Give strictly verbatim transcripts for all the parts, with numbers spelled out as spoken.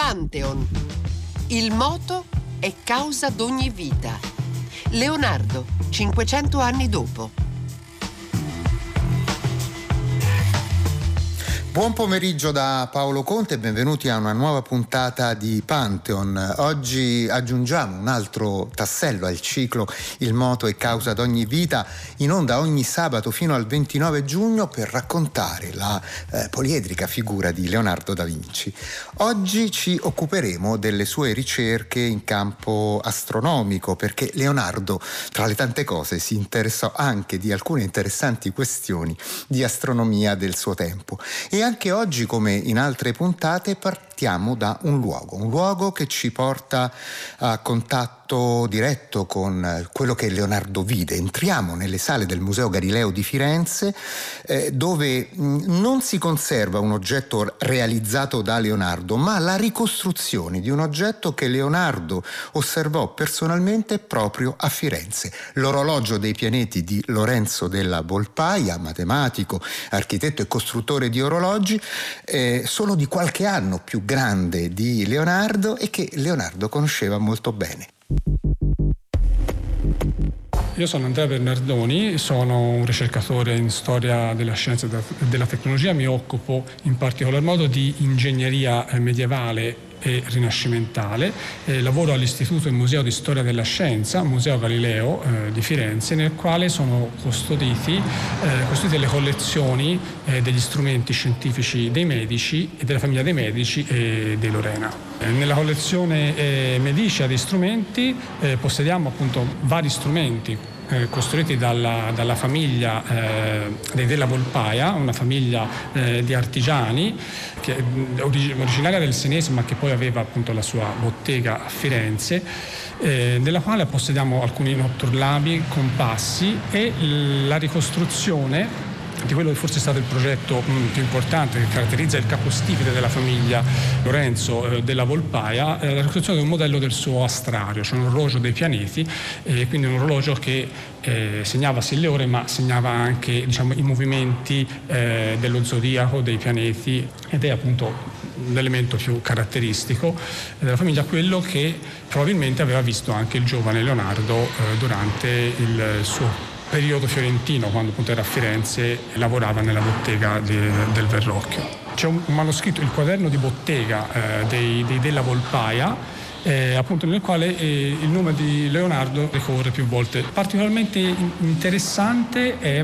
Pantheon. Il moto è causa d'ogni vita. Leonardo, cinquecento anni dopo. Buon pomeriggio da Paolo Conte e benvenuti a una nuova puntata di Pantheon. Oggi aggiungiamo un altro tassello al ciclo Il moto è causa d'ogni vita, in onda ogni sabato fino al ventinove giugno per raccontare la eh, poliedrica figura di Leonardo da Vinci. Oggi ci occuperemo delle sue ricerche in campo astronomico, perché Leonardo, tra le tante cose, si interessò anche di alcune interessanti questioni di astronomia del suo tempo. E E anche oggi, come in altre puntate, partiamo da un luogo, un luogo che ci porta a contatto diretto con quello che Leonardo vide. Entriamo nelle sale del Museo Galileo di Firenze, eh, dove mh, non si conserva un oggetto realizzato da Leonardo, ma la ricostruzione di un oggetto che Leonardo osservò personalmente proprio a Firenze. L'orologio dei pianeti di Lorenzo della Volpaia, matematico, architetto e costruttore di orologi, eh, solo di qualche anno più grande di Leonardo e che Leonardo conosceva molto bene. Io sono Andrea Bernardoni, sono un ricercatore in storia della scienza e della tecnologia, mi occupo in particolar modo di ingegneria medievale e rinascimentale, eh, lavoro all'Istituto e Museo di Storia della Scienza, Museo Galileo eh, di Firenze, nel quale sono custoditi, eh, custodite le collezioni eh, degli strumenti scientifici dei Medici e della famiglia dei Medici e dei Lorena. Eh, nella collezione eh, medicea di strumenti eh, possediamo appunto vari strumenti Eh, costruiti dalla, dalla famiglia eh, dei Della Volpaia, una famiglia eh, di artigiani che è orig- originaria del Senese, ma che poi aveva appunto la sua bottega a Firenze, eh, nella quale possediamo alcuni notturlabi, compassi e la ricostruzione di quello che forse è stato il progetto mh, più importante che caratterizza il capostipite della famiglia Lorenzo eh, della Volpaia, eh, la ricostruzione di un modello del suo astrario, cioè un orologio dei pianeti, eh, quindi un orologio che eh, segnava sì le ore, ma segnava anche, diciamo, i movimenti eh, dello zodiaco, dei pianeti, ed è appunto l'elemento più caratteristico della famiglia, quello che probabilmente aveva visto anche il giovane Leonardo eh, durante il suo periodo fiorentino, quando appunto era a Firenze e lavorava nella bottega di, del Verrocchio. C'è un manoscritto, il quaderno di bottega eh, dei, dei Della Volpaia, eh, appunto nel quale eh, il nome di Leonardo ricorre più volte. Particolarmente interessante è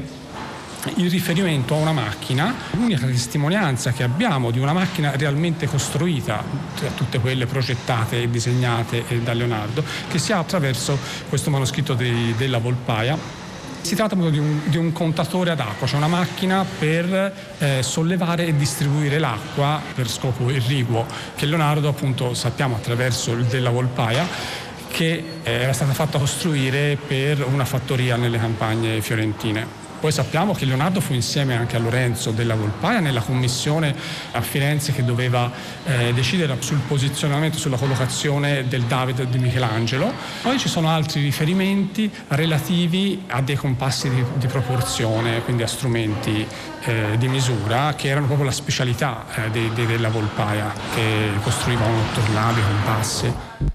il riferimento a una macchina, l'unica testimonianza che abbiamo di una macchina realmente costruita, tra tutte quelle progettate e disegnate da Leonardo, che si ha attraverso questo manoscritto di, della Volpaia. Si tratta di un, di un contatore ad acqua, cioè una macchina per eh, sollevare e distribuire l'acqua per scopo irriguo, che Leonardo, appunto, sappiamo attraverso il Della Volpaia, che eh, era stata fatta costruire per una fattoria nelle campagne fiorentine. Poi sappiamo che Leonardo fu insieme anche a Lorenzo della Volpaia nella commissione a Firenze che doveva eh, decidere sul posizionamento, sulla collocazione del David di Michelangelo. Poi ci sono altri riferimenti relativi a dei compassi di, di proporzione, quindi a strumenti eh, di misura, che erano proprio la specialità eh, dei, dei Della Volpaia, che costruivano notturlabi, compassi.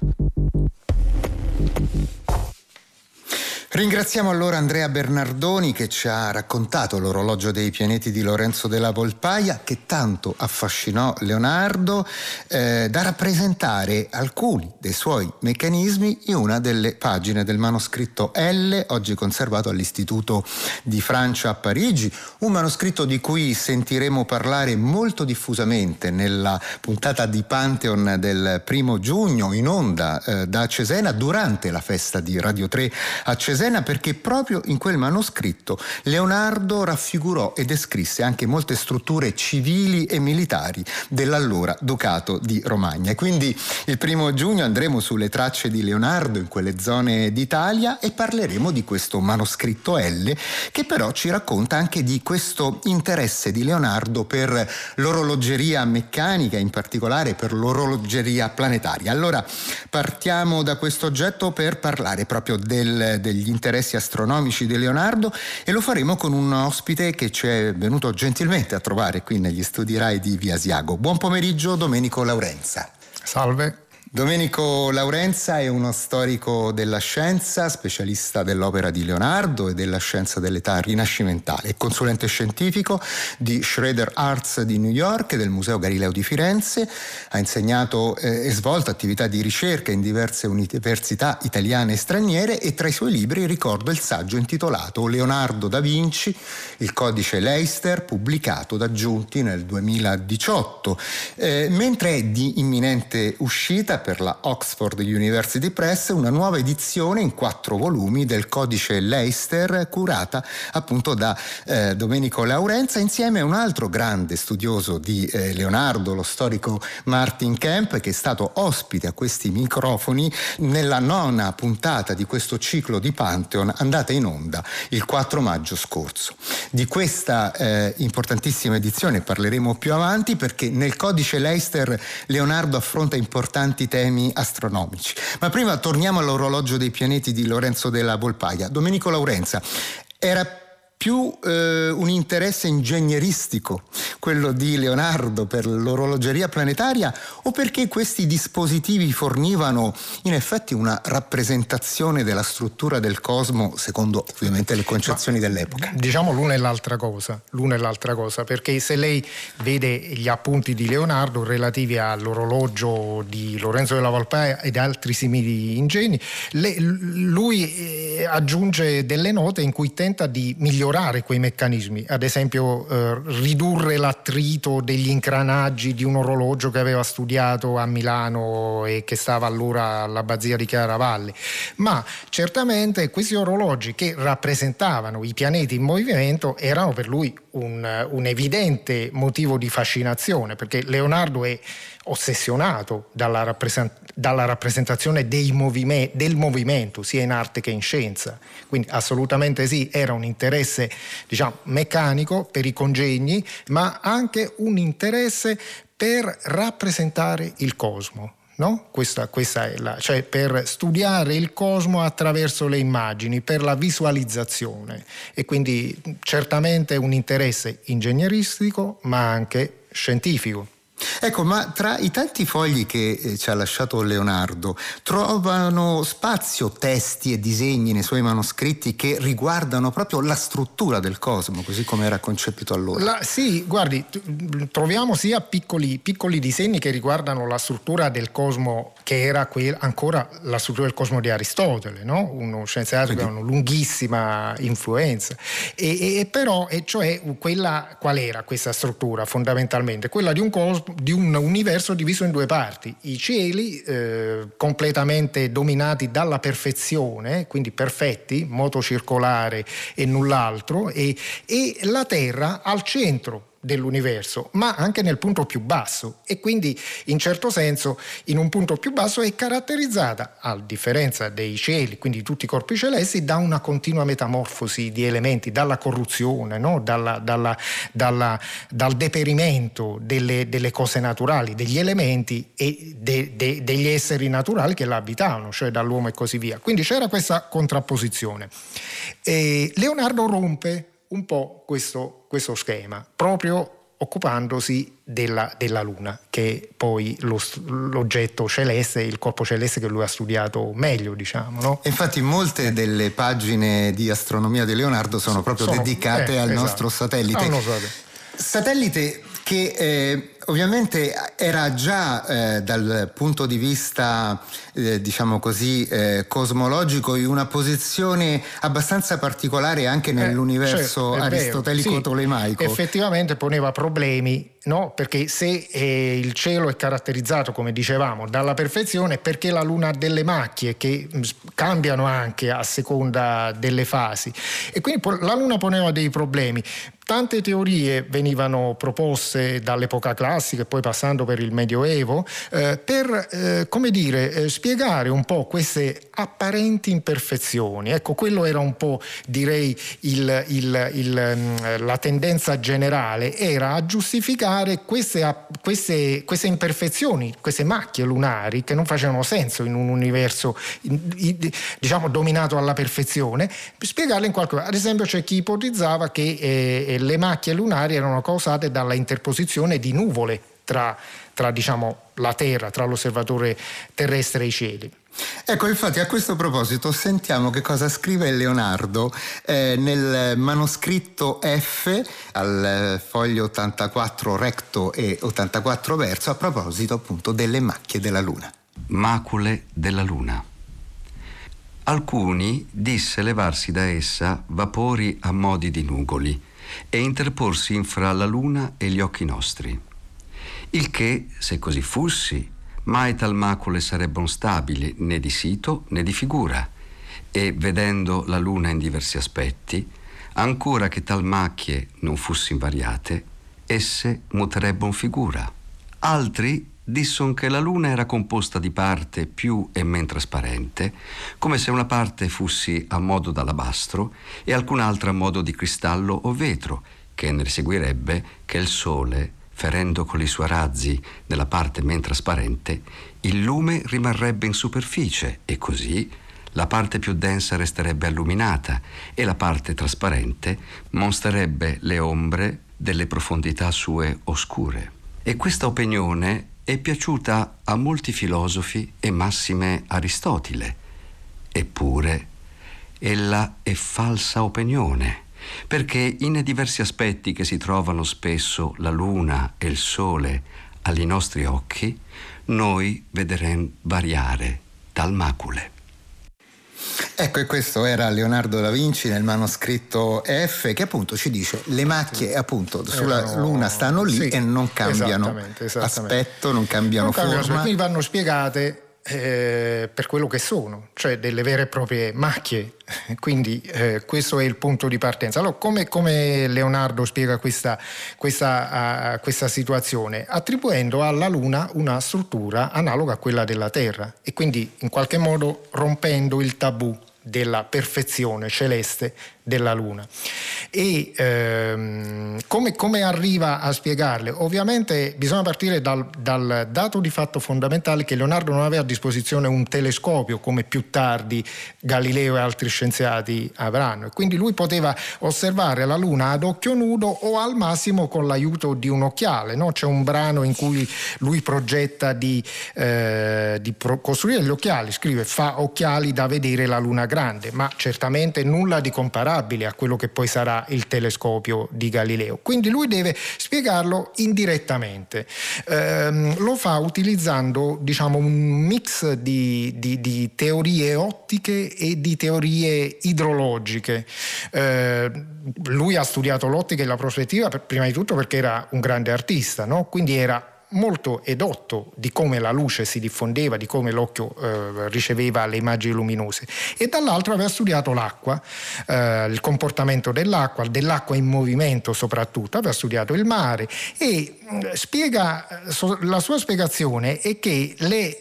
Ringraziamo allora Andrea Bernardoni che ci ha raccontato l'orologio dei pianeti di Lorenzo della Volpaia, che tanto affascinò Leonardo, eh, da rappresentare alcuni dei suoi meccanismi in una delle pagine del manoscritto L, oggi conservato all'Istituto di Francia a Parigi, un manoscritto di cui sentiremo parlare molto diffusamente nella puntata di Pantheon del primo giugno in onda eh, da Cesena durante la festa di Radio tre a Cesena, perché proprio in quel manoscritto Leonardo raffigurò e descrisse anche molte strutture civili e militari dell'allora Ducato di Romagna. E quindi il primo giugno andremo sulle tracce di Leonardo in quelle zone d'Italia e parleremo di questo manoscritto L, che però ci racconta anche di questo interesse di Leonardo per l'orologeria meccanica, in particolare per l'orologeria planetaria. Allora partiamo da questo oggetto per parlare proprio del, degli interessi astronomici di Leonardo, e lo faremo con un ospite che ci è venuto gentilmente a trovare qui negli studi Rai di Via Asiago. Buon pomeriggio, Domenico Laurenza. Salve. Domenico Laurenza è uno storico della scienza, specialista dell'opera di Leonardo e della scienza dell'età rinascimentale. È consulente scientifico di Schroeder Arts di New York e del Museo Galileo di Firenze. Ha insegnato eh, e svolto attività di ricerca in diverse università italiane e straniere, e tra i suoi libri ricordo il saggio intitolato Leonardo da Vinci, il codice Leicester, pubblicato da Giunti nel duemiladiciotto, eh, mentre è di imminente uscita per la Oxford University Press una nuova edizione in quattro volumi del codice Leicester, curata appunto da eh, Domenico Laurenza, insieme a un altro grande studioso di eh, Leonardo, lo storico Martin Kemp, che è stato ospite a questi microfoni nella nona puntata di questo ciclo di Pantheon, andata in onda il quattro maggio scorso. Di questa eh, importantissima edizione parleremo più avanti, perché nel codice Leicester Leonardo affronta importanti temi astronomici. Ma prima torniamo all'orologio dei pianeti di Lorenzo della Volpaia. Domenico Laurenza, era più eh, un interesse ingegneristico quello di Leonardo per l'orologeria planetaria, o perché questi dispositivi fornivano in effetti una rappresentazione della struttura del cosmo secondo ovviamente le concezioni Ma, dell'epoca? Diciamo l'una e l'altra cosa, l'una e l'altra cosa, perché se lei vede gli appunti di Leonardo relativi all'orologio di Lorenzo della Volpaia ed altri simili ingegni, le, lui eh, aggiunge delle note in cui tenta di migliorare quei meccanismi, ad esempio eh, ridurre l'attrito degli incranaggi di un orologio che aveva studiato a Milano e che stava allora all'abbazia di Chiaravalle. Ma certamente questi orologi, che rappresentavano i pianeti in movimento, erano per lui un, un evidente motivo di fascinazione, perché Leonardo è ossessionato dalla, rappresent- dalla rappresentazione dei movime- del movimento, sia in arte che in scienza. Quindi assolutamente sì, era un interesse, diciamo, meccanico per i congegni, ma anche un interesse per rappresentare il cosmo. No? Questa, questa è la, cioè per studiare il cosmo attraverso le immagini, per la visualizzazione, e quindi certamente un interesse ingegneristico ma anche scientifico. Ecco, ma tra i tanti fogli che eh, ci ha lasciato Leonardo, trovano spazio testi e disegni nei suoi manoscritti che riguardano proprio la struttura del cosmo, così come era concepito allora? La, sì, guardi, troviamo sia piccoli, piccoli disegni che riguardano la struttura del cosmo, che era que- ancora la struttura del cosmo di Aristotele, no? Uno scienziato Quindi. che ha una lunghissima influenza. E, e però, e cioè, quella, qual era questa struttura fondamentalmente? Quella di un cosmo, di un universo diviso in due parti: i cieli eh, completamente dominati dalla perfezione, quindi perfetti, moto circolare e null'altro, e, e la Terra al centro dell'universo, ma anche nel punto più basso, e quindi in certo senso in un punto più basso è caratterizzata, a differenza dei cieli, quindi tutti i corpi celesti, da una continua metamorfosi di elementi, dalla corruzione, no? dalla, dalla, dalla, dal deperimento delle, delle cose naturali, degli elementi e de, de, degli esseri naturali che la abitavano, cioè dall'uomo e così via. Quindi c'era questa contrapposizione. E Leonardo rompe un po' questo, questo schema, proprio occupandosi della, della Luna, che è poi lo, l'oggetto celeste, il corpo celeste che lui ha studiato meglio, diciamo, no? Infatti molte delle pagine di astronomia di Leonardo sono proprio sono, dedicate eh, al esatto. nostro satellite. No, satellite che eh, ovviamente era già eh, dal punto di vista eh, diciamo così eh, cosmologico in una posizione abbastanza particolare anche nell'universo eh, certo, aristotelico-tolemaico. Sì, effettivamente poneva problemi, no? Perché se eh, il cielo è caratterizzato, come dicevamo, dalla perfezione, perché la Luna ha delle macchie che mh, cambiano anche a seconda delle fasi, e quindi la Luna poneva dei problemi. Tante teorie venivano proposte dall'epoca classica e poi passando per il Medioevo eh, per, eh, come dire, eh, spiegare un po' queste apparenti imperfezioni. Ecco, quello era un po', direi, il, il, il, la tendenza generale, era a giustificare queste, queste, queste imperfezioni, queste macchie lunari che non facevano senso in un universo, diciamo, dominato alla perfezione, spiegarle in qualche modo. Ad esempio c'è chi ipotizzava che eh, le macchie lunari erano causate dalla interposizione di nuvole tra, tra diciamo, la Terra, tra l'osservatore terrestre e i cieli. Ecco, infatti a questo proposito sentiamo che cosa scrive Leonardo eh, nel manoscritto F al foglio ottantaquattro recto e ottantaquattro verso a proposito appunto delle macchie della Luna. Macule della Luna. Alcuni disse levarsi da essa vapori a modi di nugoli e interporsi infra la Luna e gli occhi nostri. Il che, se così fussi, mai tal macule sarebbero stabili né di sito né di figura, e vedendo la Luna in diversi aspetti, ancora che tal macchie non fussi invariate, esse muterebbero figura. Altri disson che la Luna era composta di parte più e men trasparente, come se una parte fussi a modo d'alabastro e alcun'altra a modo di cristallo o vetro, che ne seguirebbe che il Sole, ferendo con i suoi razzi nella parte men trasparente, il lume rimarrebbe in superficie e così la parte più densa resterebbe illuminata e la parte trasparente mostrerebbe le ombre delle profondità sue oscure. E questa opinione è piaciuta a molti filosofi e massime Aristotele. Eppure ella è falsa opinione, perché in diversi aspetti che si trovano spesso la Luna e il Sole agli nostri occhi, noi vedremo variare tal macule. Ecco, e questo era Leonardo da Vinci nel manoscritto F, che appunto ci dice le macchie appunto sulla Erano, Luna stanno lì sì, e non cambiano esattamente, esattamente. aspetto, non cambiano non forma. Cambiano, quindi vanno spiegate eh, per quello che sono, cioè delle vere e proprie macchie. Quindi eh, questo è il punto di partenza. Allora, come, come Leonardo spiega questa, questa, uh, questa situazione? Attribuendo alla Luna una struttura analoga a quella della Terra e quindi in qualche modo rompendo il tabù della perfezione celeste della Luna. E ehm, come, come arriva a spiegarle? Ovviamente bisogna partire dal, dal dato di fatto fondamentale che Leonardo non aveva a disposizione un telescopio come più tardi Galileo e altri scienziati avranno, e quindi lui poteva osservare la Luna ad occhio nudo o al massimo con l'aiuto di un occhiale, no? C'è un brano in cui lui progetta di, eh, di pro- costruire gli occhiali, scrive fa occhiali da vedere la Luna grande, ma certamente nulla di comparabile a quello che poi sarà il telescopio di Galileo. Quindi lui deve spiegarlo indirettamente. Ehm, lo fa utilizzando, diciamo, un mix di, di, di teorie ottiche e di teorie idrologiche. Ehm, lui ha studiato l'ottica e la prospettiva per, prima di tutto perché era un grande artista, no? Quindi era molto edotto di come la luce si diffondeva, di come l'occhio eh, riceveva le immagini luminose, e dall'altro aveva studiato l'acqua, eh, il comportamento dell'acqua, dell'acqua in movimento soprattutto, aveva studiato il mare e mh, spiega, so, la sua spiegazione è che, le,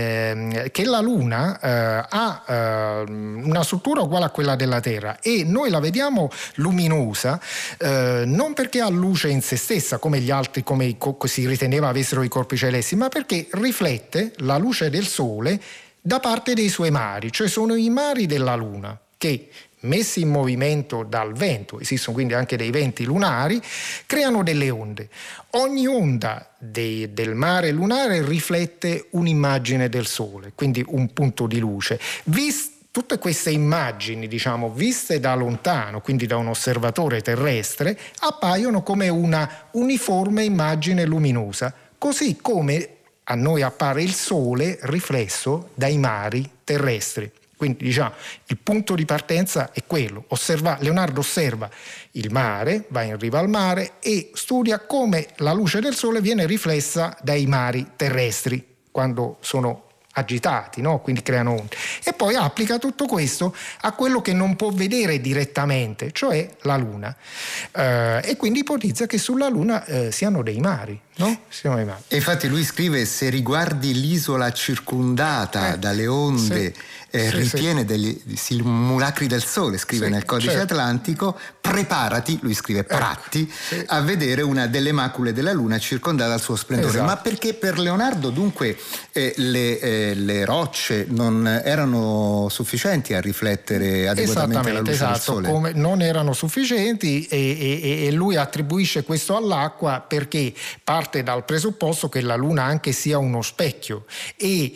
eh, che la Luna eh, ha eh, una struttura uguale a quella della Terra e noi la vediamo luminosa eh, non perché ha luce in se stessa come gli altri, come i, si riteneva avessero i corpi celesti, ma perché riflette la luce del Sole da parte dei suoi mari, cioè sono i mari della Luna che, messi in movimento dal vento, esistono quindi anche dei venti lunari, creano delle onde. Ogni onda dei, del mare lunare riflette un'immagine del Sole, quindi un punto di luce. Vist- Tutte queste immagini, diciamo, viste da lontano, quindi da un osservatore terrestre, appaiono come una uniforme immagine luminosa, così come a noi appare il Sole riflesso dai mari terrestri. Quindi, diciamo, il punto di partenza è quello. Osserva, Leonardo osserva il mare, va in riva al mare e studia come la luce del Sole viene riflessa dai mari terrestri quando sono agitati, no? Quindi creano onde, e poi applica tutto questo a quello che non può vedere direttamente, cioè la Luna, eh, e quindi ipotizza che sulla Luna eh, siano dei mari, no? Siano dei mari. E infatti lui scrive: se riguardi l'isola circondata eh, dalle onde, sì, eh, sì, ritiene sì. degli simulacri del Sole, scrive sì, nel Codice certo. Atlantico, preparati, lui scrive pratti, ecco, sì. a vedere una delle macule della Luna circondata dal suo splendore. Esatto. Ma perché per Leonardo dunque eh, le eh, le rocce non erano sufficienti a riflettere adeguatamente la luce esatto, del Sole? Come non erano sufficienti e, e, e lui attribuisce questo all'acqua perché parte parte dal presupposto che la Luna anche sia uno specchio e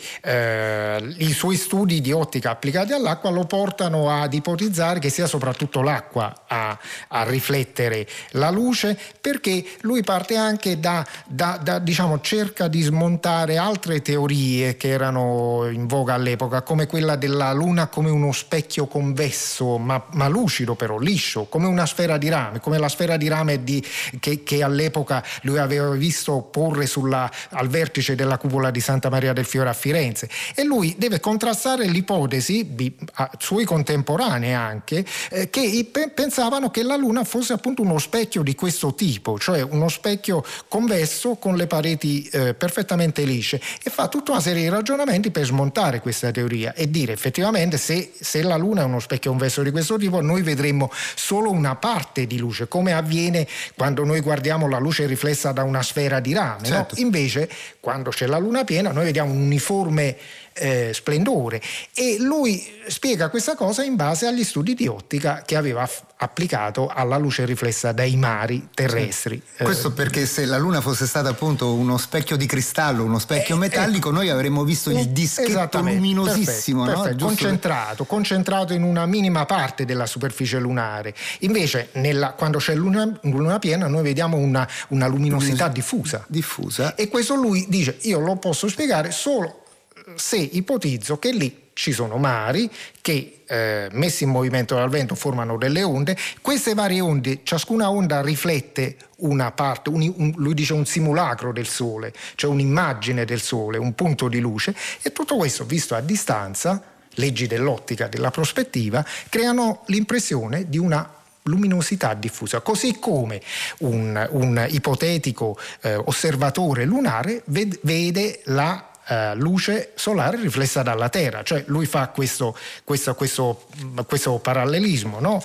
eh, i suoi studi di ottica applicati all'acqua lo portano ad ipotizzare che sia soprattutto l'acqua a, a riflettere la luce, perché lui parte anche da, da, da diciamo cerca di smontare altre teorie che erano in voga all'epoca, come quella della Luna come uno specchio convesso ma, ma lucido, però liscio, come una sfera di rame, come la sfera di rame di, che, che all'epoca lui aveva visto porre sulla, al vertice della cupola di Santa Maria del Fiore a Firenze. E lui deve contrastare l'ipotesi di a, suoi contemporanei anche eh, che pe- pensavano che la Luna fosse appunto uno specchio di questo tipo, cioè uno specchio convesso con le pareti eh, perfettamente lisce, e fa tutta una serie di ragionamenti per smontare questa teoria e dire effettivamente se, se la Luna è uno specchio convesso di questo tipo noi vedremo solo una parte di luce, come avviene quando noi guardiamo la luce riflessa da una sfera di rame, certo. No? Invece quando c'è la Luna piena noi vediamo un uniforme Eh, splendore, e lui spiega questa cosa in base agli studi di ottica che aveva f- applicato alla luce riflessa dai mari terrestri. Sì. Questo perché se la Luna fosse stata appunto uno specchio di cristallo, uno specchio eh, metallico, eh, noi avremmo visto il dischetto luminosissimo, perfetto, perfetto. No? Concentrato, concentrato in una minima parte della superficie lunare. Invece nella, quando c'è luna, luna piena noi vediamo una, una luminosità diffusa. diffusa. E questo lui dice io lo posso spiegare solo se ipotizzo che lì ci sono mari che eh, messi in movimento dal vento formano delle onde, queste varie onde, ciascuna onda riflette una parte, un, un, lui dice un simulacro del Sole, cioè un'immagine del Sole, un punto di luce, e tutto questo visto a distanza, leggi dell'ottica, della prospettiva, creano l'impressione di una luminosità diffusa, così come un, un ipotetico eh, osservatore lunare ved, vede la Uh, luce solare riflessa dalla Terra, cioè lui fa questo, questo, questo, questo parallelismo, no?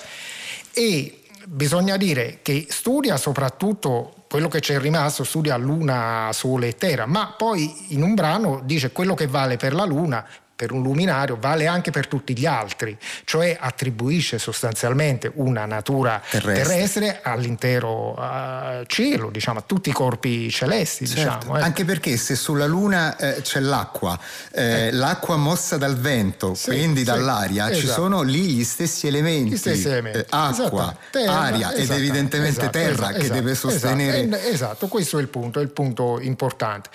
E bisogna dire che studia soprattutto quello che c'è rimasto, studia Luna, Sole e Terra, ma poi in un brano dice quello che vale per la Luna, per un luminario, vale anche per tutti gli altri, cioè attribuisce sostanzialmente una natura terrestre, terrestre all'intero uh, cielo, diciamo, a tutti i corpi celesti. Certo. Diciamo, eh. Anche perché se sulla Luna eh, c'è l'acqua, eh, eh. l'acqua mossa dal vento, sì, quindi sì, dall'aria, esatto. Ci sono lì gli stessi elementi, gli stessi elementi. Eh, acqua, terra, aria ed evidentemente esatto, terra esatto, che esatto, deve sostenere. Esatto, esatto, questo è il punto, è il punto importante.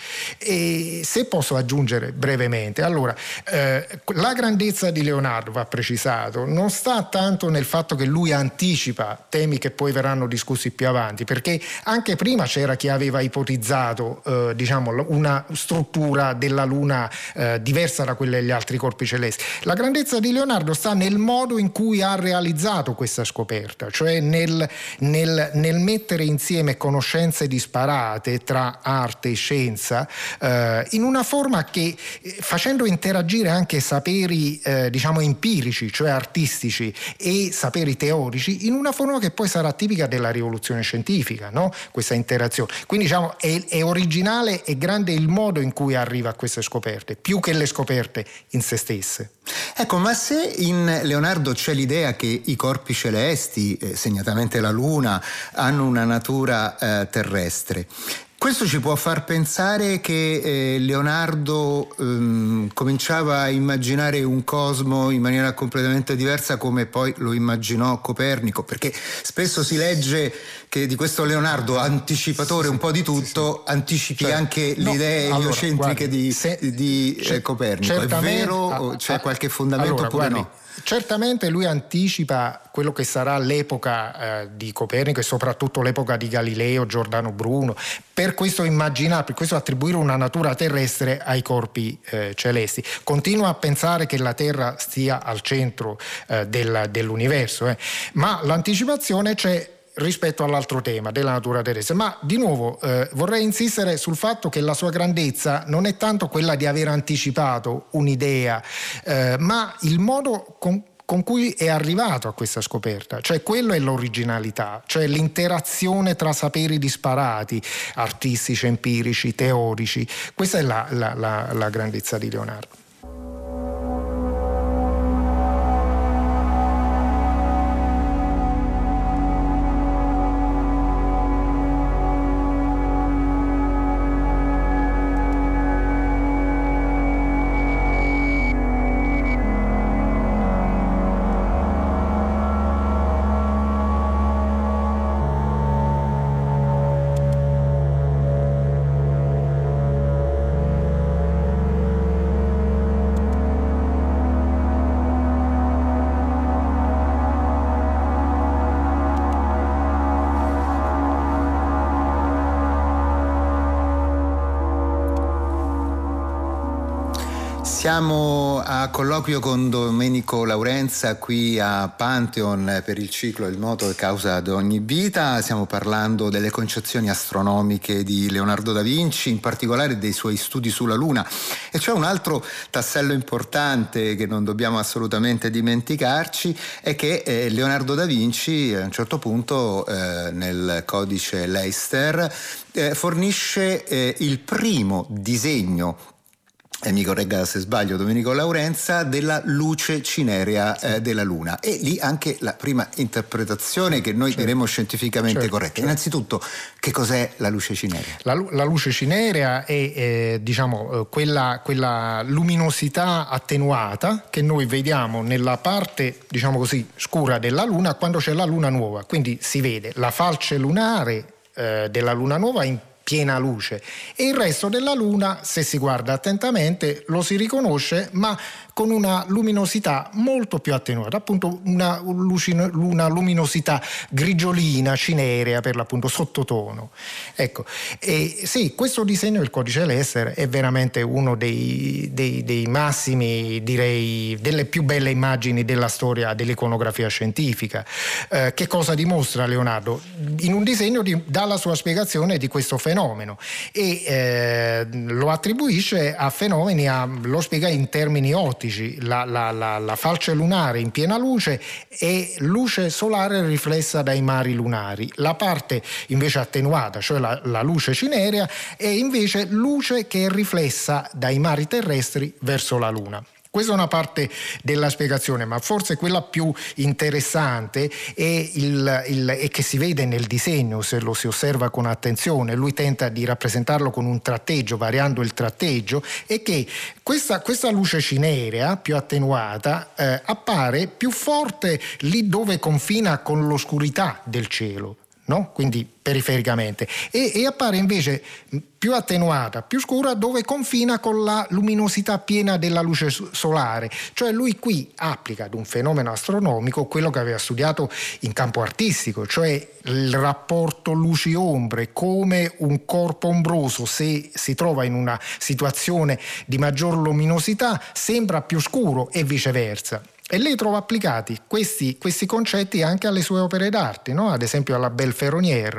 E se posso aggiungere brevemente, allora, Eh, la grandezza di Leonardo, va precisato, non sta tanto nel fatto che lui anticipa temi che poi verranno discussi più avanti, perché anche prima c'era chi aveva ipotizzato eh, diciamo una struttura della Luna eh, diversa da quella degli altri corpi celesti. La grandezza di Leonardo sta nel modo in cui ha realizzato questa scoperta, cioè nel, nel, nel mettere insieme conoscenze disparate tra arte e scienza eh, in una forma che, facendo interagire anche saperi eh, diciamo empirici, cioè artistici, e saperi teorici in una forma che poi sarà tipica della rivoluzione scientifica, no? Questa interazione. Quindi diciamo è, è originale e grande il modo in cui arriva a queste scoperte, più che le scoperte in se stesse. Ecco, ma se in Leonardo c'è l'idea che i corpi celesti, eh, segnatamente la Luna, hanno una natura eh, terrestre, questo ci può far pensare che eh, Leonardo ehm, cominciava a immaginare un cosmo in maniera completamente diversa come poi lo immaginò Copernico, perché spesso si legge che di questo Leonardo, anticipatore un po' di tutto, anticipi cioè, anche no, le idee allora, eliocentriche guardi, di, se, di eh, Copernico. È vero a, o c'è a, qualche fondamento allora, oppure guardi, no? Certamente lui anticipa quello che sarà l'epoca eh, di Copernico e soprattutto l'epoca di Galileo, Giordano Bruno, per questo immaginare, per questo attribuire una natura terrestre ai corpi eh, celesti. Continua a pensare che la Terra stia al centro eh, del, dell'universo, eh. ma l'anticipazione c'è rispetto all'altro tema della natura terrestre. Ma di nuovo eh, vorrei insistere sul fatto che la sua grandezza non è tanto quella di aver anticipato un'idea, eh, ma il modo con con cui è arrivato a questa scoperta, cioè quello è l'originalità, cioè l'interazione tra saperi disparati, artistici, empirici, teorici. Questa è la, la, la, la grandezza di Leonardo. Siamo a colloquio con Domenico Laurenza qui a Pantheon per il ciclo Il moto è causa d'ogni vita. Stiamo parlando delle concezioni astronomiche di Leonardo da Vinci, in particolare dei suoi studi sulla Luna. E c'è un altro tassello importante che non dobbiamo assolutamente dimenticarci, è che eh, Leonardo da Vinci a un certo punto eh, nel codice Leicester eh, fornisce eh, il primo disegno, e mi corregga se sbaglio Domenico Laurenza, della luce cinerea eh, della Luna, e lì anche la prima interpretazione che noi certo. diremo scientificamente certo, corretta. Certo. Innanzitutto, che cos'è la luce cinerea? La, la luce cinerea è eh, diciamo quella, quella luminosità attenuata che noi vediamo nella parte, diciamo così, scura della Luna quando c'è la Luna nuova. Quindi si vede la falce lunare eh, della Luna nuova in piena luce, e il resto della Luna, se si guarda attentamente, lo si riconosce, ma con una luminosità molto più attenuata, appunto una, una luminosità grigiolina, cinerea per l'appunto, sottotono. Ecco, e sì, questo disegno del codice Leicester è veramente uno dei, dei, dei massimi, direi, delle più belle immagini della storia dell'iconografia scientifica. Eh, che cosa dimostra Leonardo? In un disegno di, dà la sua spiegazione di questo fenomeno e eh, lo attribuisce a fenomeni, a, lo spiega in termini ottici. La, la, la, la falce lunare in piena luce e luce solare riflessa dai mari lunari. La parte invece attenuata, cioè la, la luce cinerea, è invece luce che è riflessa dai mari terrestri verso la Luna. Questa è una parte della spiegazione, ma forse quella più interessante è il, il, e che si vede nel disegno, se lo si osserva con attenzione. Lui tenta di rappresentarlo con un tratteggio, variando il tratteggio, è che questa, questa luce cinerea più attenuata eh, appare più forte lì dove confina con l'oscurità del cielo, no? Quindi perifericamente, e, e appare invece più attenuata, più scura dove confina con la luminosità piena della luce solare. Cioè lui qui applica ad un fenomeno astronomico quello che aveva studiato in campo artistico, cioè il rapporto luci-ombre, come un corpo ombroso, se si trova in una situazione di maggior luminosità, sembra più scuro e viceversa. E lei trova applicati questi, questi concetti anche alle sue opere d'arte, no? Ad esempio alla Belle Ferronnière,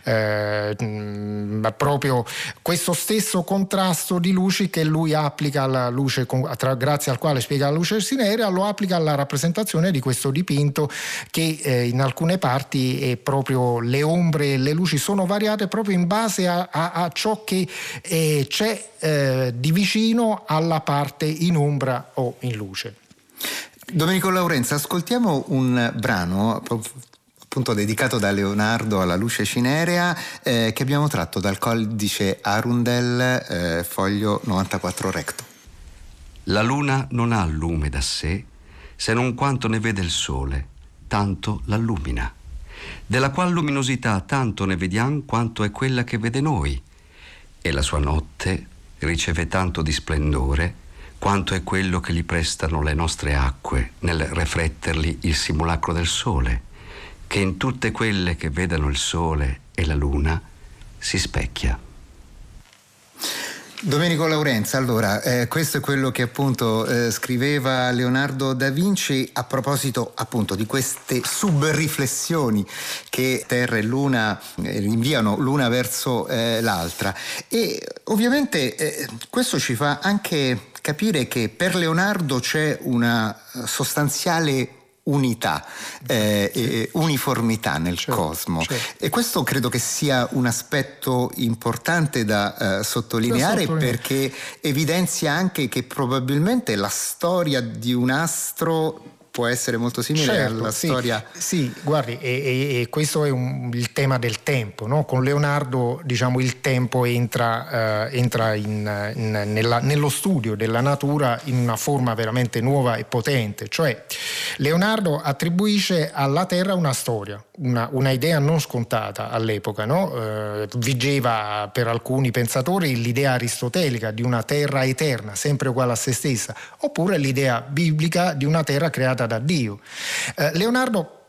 eh, mh, proprio questo stesso contrasto di luci che lui applica alla luce, tra, grazie al quale spiega la luce cinerea, lo applica alla rappresentazione di questo dipinto che eh, in alcune parti è proprio le ombre e le luci sono variate proprio in base a, a, a ciò che eh, c'è eh, di vicino alla parte in ombra o in luce. Domenico Laurenza, ascoltiamo un brano appunto dedicato da Leonardo alla luce cinerea eh, che abbiamo tratto dal codice Arundel, eh, foglio novantaquattro recto. La luna non ha lume da sé, se non quanto ne vede il sole, tanto l'allumina, della qual luminosità tanto ne vediam quanto è quella che vede noi, e la sua notte riceve tanto di splendore quanto è quello che gli prestano le nostre acque nel refletterli il simulacro del sole, che in tutte quelle che vedano il sole e la luna si specchia. Domenico Laurenza, allora, eh, questo è quello che appunto eh, scriveva Leonardo da Vinci a proposito appunto di queste subriflessioni che Terra e Luna eh, rinviano l'una verso eh, l'altra, e ovviamente eh, questo ci fa anche capire che per Leonardo c'è una sostanziale unità, eh, e uniformità nel certo, cosmo certo. E questo credo che sia un aspetto importante da eh, sottolineare, da sottolineare perché evidenzia anche che probabilmente la storia di un astro può essere molto simile certo, alla sì, storia. Sì, guardi, e, e, e questo è un, il tema del tempo, no? Con Leonardo, diciamo, il tempo entra, eh, entra in, in, nella, nello studio della natura in una forma veramente nuova e potente. Cioè, Leonardo attribuisce alla Terra una storia, una, una idea non scontata all'epoca, no? Eh, vigeva per alcuni pensatori l'idea aristotelica di una Terra eterna, sempre uguale a se stessa, oppure l'idea biblica di una Terra creata da Dio. Eh, Leonardo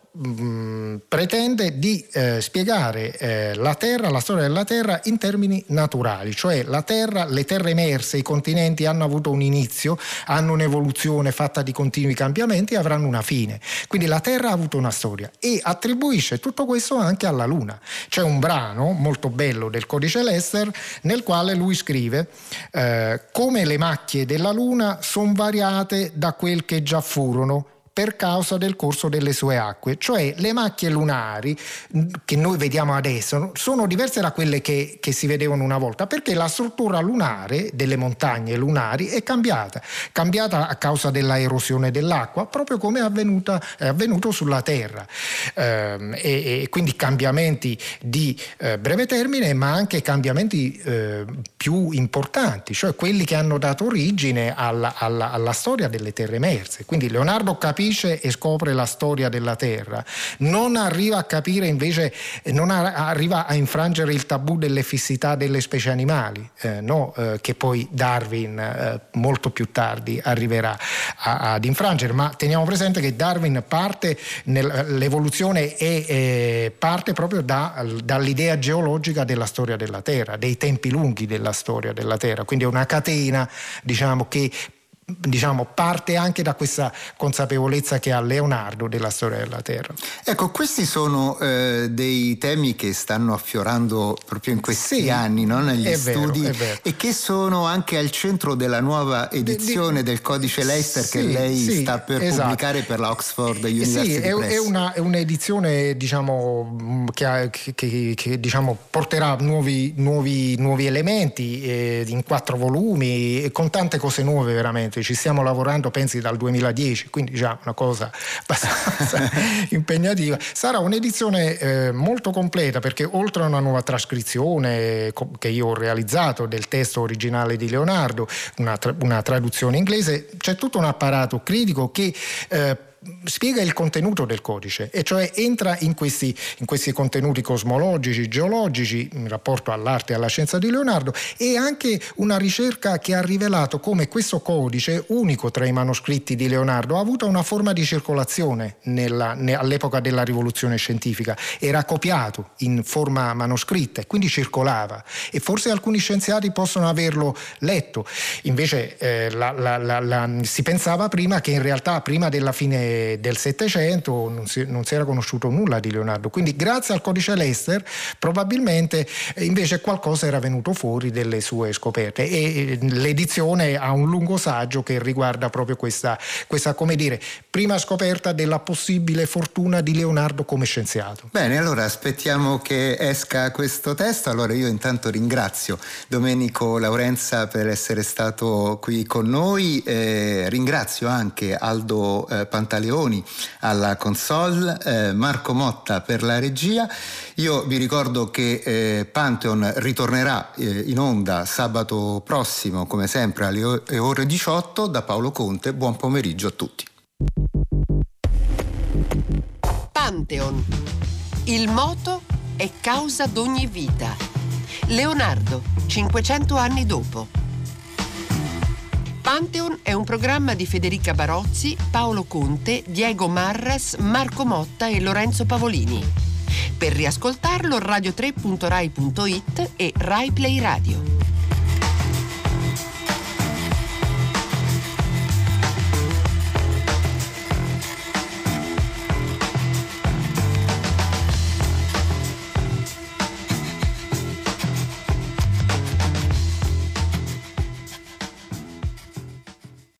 mh, pretende di eh, spiegare eh, la Terra, la storia della Terra in termini naturali, cioè la Terra, le terre emerse, i continenti hanno avuto un inizio, hanno un'evoluzione fatta di continui cambiamenti e avranno una fine. Quindi la Terra ha avuto una storia e attribuisce tutto questo anche alla Luna. C'è un brano molto bello del Codice Lester nel quale lui scrive eh, come le macchie della Luna sono variate da quel che già furono per causa del corso delle sue acque, cioè le macchie lunari che noi vediamo adesso sono diverse da quelle che, che si vedevano una volta, perché la struttura lunare delle montagne lunari è cambiata, cambiata a causa della erosione dell'acqua, proprio come è, avvenuta, è avvenuto sulla Terra, ehm, e, e quindi cambiamenti di eh, breve termine, ma anche cambiamenti eh, più importanti, cioè quelli che hanno dato origine alla, alla, alla storia delle terre emerse. Quindi Leonardo capisce e scopre la storia della Terra, non arriva a capire invece, non arriva a infrangere il tabù delle fissità delle specie animali, eh, no? eh, che poi Darwin eh, molto più tardi arriverà a, ad infrangere, ma teniamo presente che Darwin parte nell'evoluzione e eh, parte proprio da, dall'idea geologica della storia della Terra, dei tempi lunghi della storia della Terra, quindi è una catena, diciamo, che diciamo parte anche da questa consapevolezza che ha Leonardo della storia della Terra. Ecco, questi sono eh, dei temi che stanno affiorando proprio in questi sì, anni, no? Negli studi, vero, e che sono anche al centro della nuova edizione di, del Codice Lester sì, che lei sì, sta per esatto. pubblicare per la Oxford University sì, Press. È, una, è un'edizione, diciamo, che, ha, che, che, che diciamo, porterà nuovi, nuovi, nuovi elementi eh, in quattro volumi e con tante cose nuove veramente. Ci stiamo lavorando, pensi, dal duemiladieci, quindi già una cosa abbastanza impegnativa. Sarà un'edizione eh, molto completa, perché oltre a una nuova trascrizione co- che io ho realizzato del testo originale di Leonardo, una, tra- una traduzione inglese, c'è tutto un apparato critico che eh, spiega il contenuto del codice, e cioè entra in questi, in questi contenuti cosmologici, geologici, in rapporto all'arte e alla scienza di Leonardo, e anche una ricerca che ha rivelato come questo codice, unico tra i manoscritti di Leonardo, ha avuto una forma di circolazione nella, ne, all'epoca della rivoluzione scientifica. Era copiato in forma manoscritta e quindi circolava, e forse alcuni scienziati possono averlo letto. Invece eh, la, la, la, la, si pensava prima che in realtà prima della fine del Settecento non si, non si era conosciuto nulla di Leonardo, quindi grazie al Codice Lester probabilmente invece qualcosa era venuto fuori delle sue scoperte, e l'edizione ha un lungo saggio che riguarda proprio questa, questa come dire, prima scoperta della possibile fortuna di Leonardo come scienziato. Bene, allora aspettiamo che esca questo testo. Allora io intanto ringrazio Domenico Laurenza per essere stato qui con noi, eh, ringrazio anche Aldo eh, Pantaleoni alla console, eh, Marco Motta per la regia. Io vi ricordo che eh, Pantheon ritornerà eh, in onda sabato prossimo, come sempre alle ore diciotto. Da Paolo Conte, buon pomeriggio a tutti. Pantheon. Il moto è causa d'ogni vita. Leonardo, cinquecento anni dopo. Pantheon è un programma di Federica Barozzi, Paolo Conte, Diego Marras, Marco Motta e Lorenzo Pavolini. Per riascoltarlo radio tre punto rai punto it e Rai Play Radio.